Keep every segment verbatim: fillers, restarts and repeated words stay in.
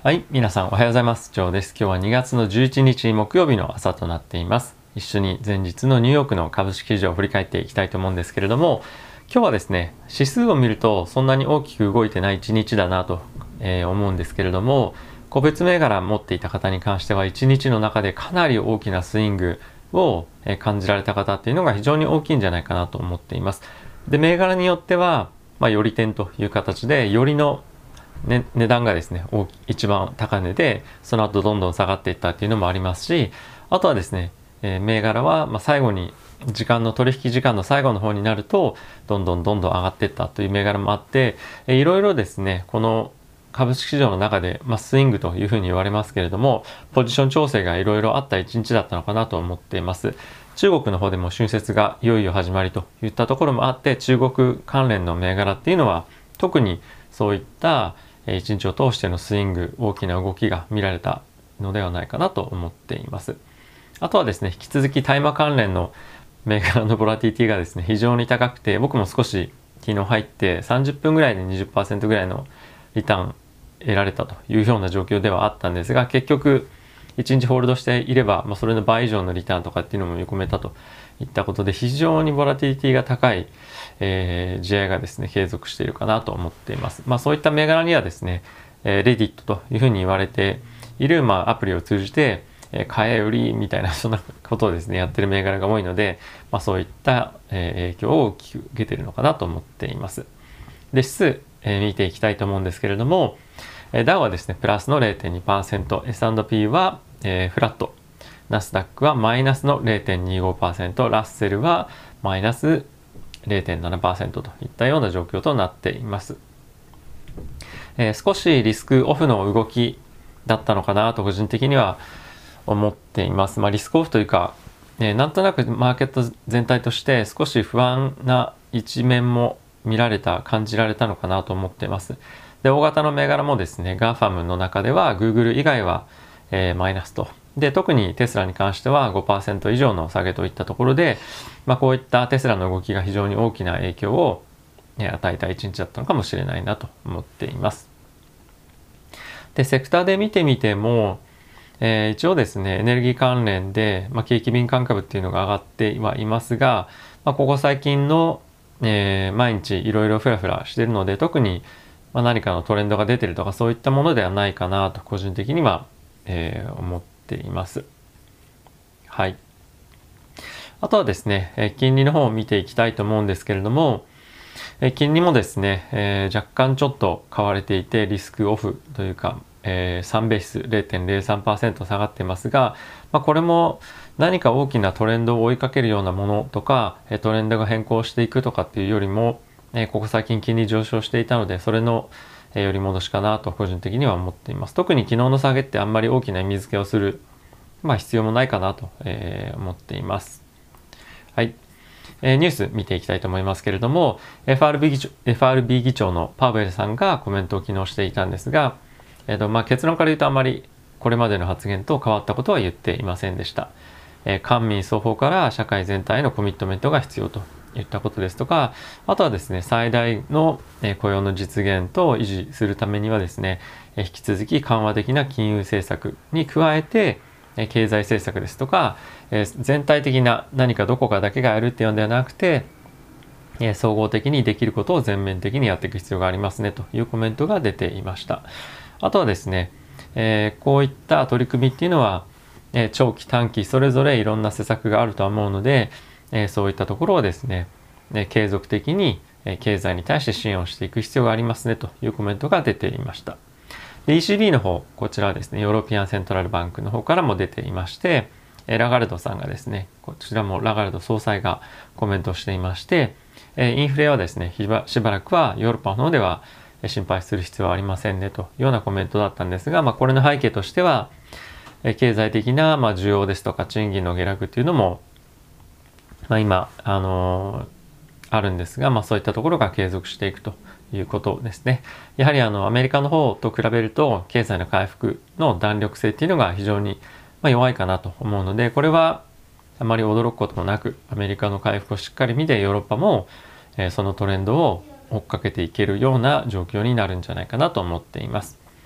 はい、皆さんおはようございます。ジョーです。今日はにがつのじゅういちにち木曜日の朝となっています。一緒に前日のニューヨークの株式市場を振り返っていきたいと思うんですけれども、今日はですね、指数を見るとそんなに大きく動いてない一日だなと、えー、思うんですけれども、個別銘柄持っていた方に関しては一日の中でかなり大きなスイングを感じられた方っていうのが非常に大きいんじゃないかなと思っています。で、銘柄によっては、まあ、より点という形で、よりのね、値段がですね一番高値でその後どんどん下がっていったっていうのもありますし、あとはですね、えー、銘柄はまあ最後に時間の取引時間の最後の方になるとどんどんどんどん上がっていったという銘柄もあって、えー、いろいろですねこの株式市場の中で、まあ、スイングというふうに言われますけれども、ポジション調整がいろいろあった一日だったのかなと思っています。中国の方でも春節がいよいよ始まりといったところもあって、中国関連の銘柄っていうのは特にそういった一日を通してのスイング、大きな動きが見られたのではないかなと思っています。あとはですね、引き続き大麻関連の銘柄のボラティリティがですね非常に高くて、僕も少し昨日入ってさんじゅっぷんぐらいで にじゅっパーセント ぐらいのリターン得られたというような状況ではあったんですが、結局いちにちホールドしていれば、まあ、それの倍以上のリターンとかっていうのも見込めたといったことで、非常にボラティリティが高い、えー、試合がですね継続しているかなと思っています。まあ、そういった銘柄にはですね、えー、レディットというふうに言われている、まあ、アプリを通じて、えー、買え売りみたいなそんなことをですねやってる銘柄が多いので、まあ、そういった、えー、影響を受けているのかなと思っています。で、指数、えー、見ていきたいと思うんですけれども、ダウはですね、プラスの れいてんにパーセント、エスアンドピー は、えー、フラット、ナスダックはマイナスの れいてんにごパーセント、ラッセルはマイナス れいてんななパーセント といったような状況となっています。えー、少しリスクオフの動きだったのかなと個人的には思っています。まあ、リスクオフというか、えー、なんとなくマーケット全体として少し不安な一面も見られた、感じられたのかなと思っています。で、大型の銘柄もですね、ガーファムの中では Google 以外は、えー、マイナスと。で、特にテスラに関しては ごパーセント 以上の下げといったところで、まあ、こういったテスラの動きが非常に大きな影響を与えた一日だったのかもしれないなと思っています。で、セクターで見てみても、えー、一応ですね、エネルギー関連で、まあ、景気敏感株っていうのが上がってはいますが、まあ、ここ最近の、えー、毎日いろいろフラフラしているので、特にまあ何かのトレンドが出てるとかそういったものではないかなと個人的には、えー、思っています。はい。あとはですね、えー、金利の方を見ていきたいと思うんですけれども、えー、金利もですね、えー、若干ちょっと買われていてリスクオフというか、えー、さんベーシス れいてんれいさんパーセント 下がっていますが、まあ、これも何か大きなトレンドを追いかけるようなものとか、トレンドが変更していくとかっていうよりも、ここ最近金利上昇していたので、それの寄り戻しかなと個人的には思っています。特に昨日の下げってあんまり大きな意味付けをする、まあ、必要もないかなと思っています。はい。ニュース見ていきたいと思いますけれども、エフアールビー 議長、エフアールビー 議長のパウエルさんがコメントを昨日していたんですが、えっとまあ、結論から言うとあまりこれまでの発言と変わったことは言っていませんでした。えー、官民双方から社会全体へのコミットメントが必要といったことですとか、あとはですね、最大の雇用の実現と維持するためにはですね、引き続き緩和的な金融政策に加えて、経済政策ですとか、全体的な何かどこかだけがやるっていうのではなくて、総合的にできることを全面的にやっていく必要がありますねというコメントが出ていました。あとはですね、えー、こういった取り組みっていうのは、えー、長期短期それぞれいろんな施策があるとは思うので、えー、そういったところをですね、えー、継続的に、えー、経済に対して支援をしていく必要がありますねというコメントが出ていました。で イーシービー の方、こちらはですね、ヨーロピアンセントラルバンクの方からも出ていまして、えー、ラガルドさんがですね、こちらもラガルド総裁がコメントをしていまして、えー、インフレはですね、しばらくはヨーロッパの方では心配する必要はありませんねというようなコメントだったんですが、まあ、これの背景としては、経済的なまあ需要ですとか賃金の下落っていうのも、まあ、今、あのー、あるんですが、まあ、そういったところが継続していくということですね。やはりあのアメリカの方と比べると経済の回復の弾力性っていうのが非常にまあ弱いかなと思うので、これはあまり驚くこともなく、アメリカの回復をしっかり見てヨーロッパも、えー、そのトレンドを追っかけていけるような状況になるんじゃないかなと思っています。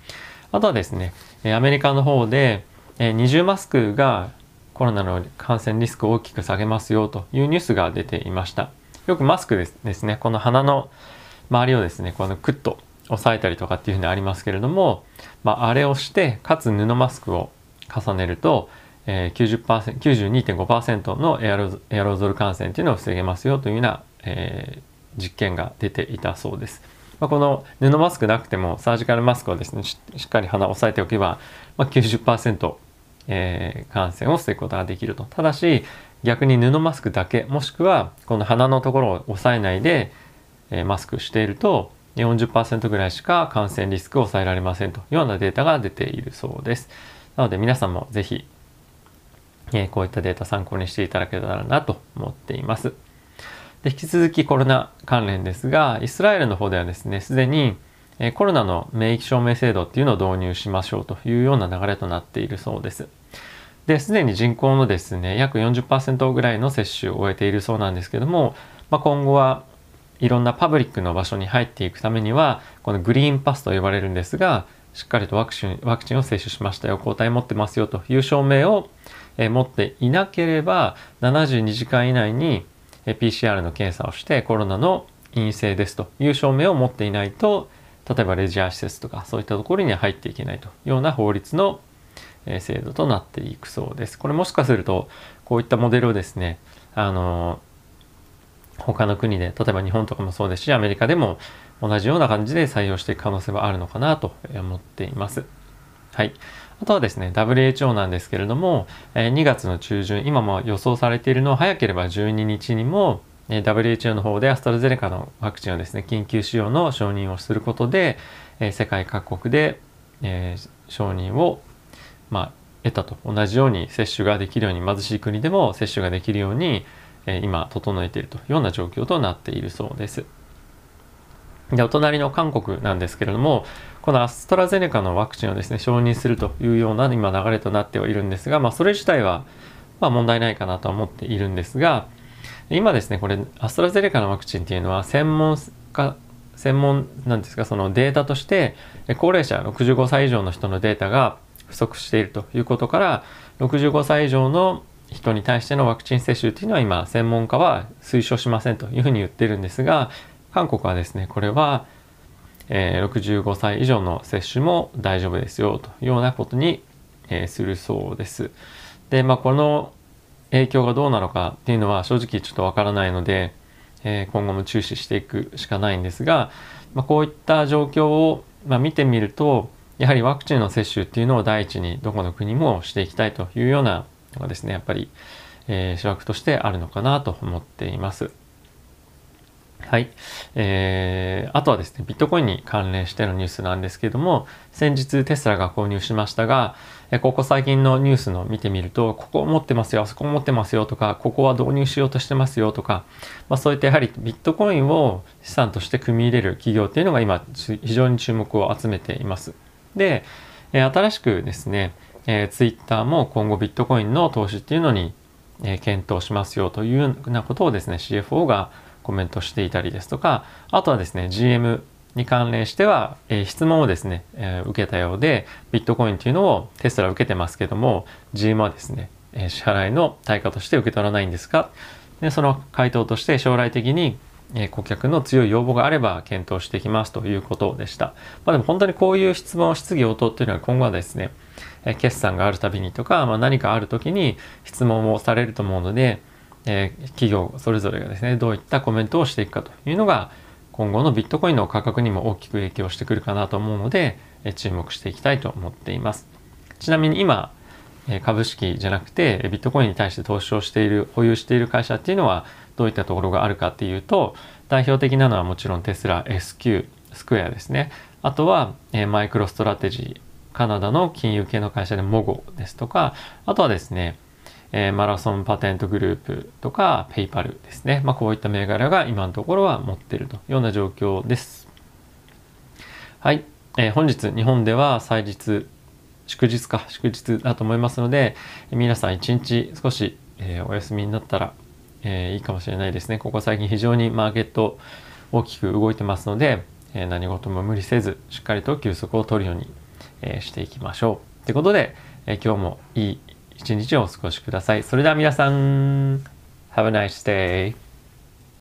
あとはですね、アメリカの方で二重マスクがコロナの感染リスクを大きく下げますよというニュースが出ていました。よくマスクですですね、この鼻の周りをですね、このクッと押さえたりとかっていうふうにありますけれども、まあ、あれをしてかつ布マスクを重ねると、えー、きゅうじゅっパーセント、きゅうじゅうにてんごパーセント のエアロエアロゾル感染というのを防げますよというような、えー、実験が出ていたそうです。まあ、この布マスクなくてもサージカルマスクをですね し, しっかり鼻を押さえておけば、まあ、きゅうじゅっパーセント、えー、感染を防ぐことができると。ただし逆に布マスクだけもしくはこの鼻のところを押さえないで、えー、マスクしていると よんじゅっパーセント ぐらいしか感染リスクを抑えられませんというようなデータが出ているそうです。なので皆さんもぜひ、えー、こういったデータ参考にしていただけたらなと思っています。で、引き続きコロナ関連ですが、イスラエルの方ではですね、すでにコロナの免疫証明制度っていうのを導入しましょうというような流れとなっているそうです。で、すでに人口のですね、約 よんじゅっパーセント ぐらいの接種を終えているそうなんですけども、まあ、今後はいろんなパブリックの場所に入っていくためには、このグリーンパスと呼ばれるんですが、しっかりとワクチン、ワクチンを接種しましたよ、抗体持ってますよという証明を持っていなければ、ななじゅうにじかん以内にピーシーアール の検査をしてコロナの陰性ですという証明を持っていないと、例えばレジャー施設とかそういったところには入っていけないというような法律の制度となっていくそうです。これもしかするとこういったモデルをですね、あの他の国で、例えば日本とかもそうですし、アメリカでも同じような感じで採用していく可能性はあるのかなと思っています。はい。あとはですね、ダブリューエイチオー なんですけれども、にがつの中旬、今も予想されているのは早ければじゅうににちにも、ダブリューエイチオー の方でアストラゼネカのワクチンをですね、緊急使用の承認をすることで、世界各国で、えー、承認を、まあ、得たと。同じように接種ができるように、貧しい国でも接種ができるように、えー、今、整えているというような状況となっているそうです。で、お隣の韓国なんですけれども、このアストラゼネカのワクチンをですね、承認するというような今流れとなってはいるんですが、まあ、それ自体は、まあ、問題ないかなと思っているんですが、今ですね、これ、アストラゼネカのワクチンっていうのは、専門家、専門なんですか、そのデータとして、高齢者ろくじゅうごさい以上の人のデータが不足しているということから、ろくじゅうごさい以上の人に対してのワクチン接種っていうのは今、専門家は推奨しませんというふうに言ってるんですが、韓国はですね、これは、えー、ろくじゅうごさい以上の接種も大丈夫ですよというようなことに、えー、するそうです。で、まあ、この影響がどうなのかっていうのは正直ちょっとわからないので、えー、今後も注視していくしかないんですが、まあ、こういった状況を、まあ、見てみると、やはりワクチンの接種っていうのを第一にどこの国もしていきたいというようなのがですね、やっぱり、えー、主役としてあるのかなと思っています。はい、えー、あとはですね、ビットコインに関連してのニュースなんですけれども、先日テスラが購入しましたが、ここ最近のニュースの見てみると、ここを持ってますよ、あそこを持ってますよとか、ここは導入しようとしてますよとか、まあ、そういったやはりビットコインを資産として組み入れる企業っていうのが今非常に注目を集めています。で、新しくですね、ツイッターも今後ビットコインの投資っていうのに検討しますよというようなことをですね、シーエフオー がコメントしていたりですとか、あとはですね、ジーエム に関連しては、えー、質問をですね、えー、受けたようで、ビットコインというのをテスラ受けてますけども、ジーエム はですね、えー、支払いの対価として受け取らないんですか？で、その回答として将来的に、えー、顧客の強い要望があれば検討していきますということでした。まあでも本当にこういう質問、質疑応答っていうのは今後はですね、えー、決算があるたびにとか、まあ、何かあるときに質問をされると思うので、えー、企業それぞれがですね、どういったコメントをしていくかというのが今後のビットコインの価格にも大きく影響してくるかなと思うので、えー、注目していきたいと思っています。ちなみに今、えー、株式じゃなくてビットコインに対して投資をしている、保有している会社っていうのはどういったところがあるかっていうと、代表的なのはもちろんテスラ、エスキュー、スクエアですね。あとは、えー、マイクロストラテジー、カナダの金融系の会社でモゴですとか、あとはですね、えー、マラソンパテントグループとかペイパルですね、まあ、こういった銘柄が今のところは持っているというような状況です。はい、えー、本日日本では祭日祝日か祝日だと思いますので、皆さん一日少し、えー、お休みになったら、えー、いいかもしれないですね。ここ最近非常にマーケット大きく動いてますので、えー、何事も無理せずしっかりと休息を取るように、 えー、していきましょう。ということで、えー、今日もいい一日をお過ごしください。それでは皆さん、Have a nice day!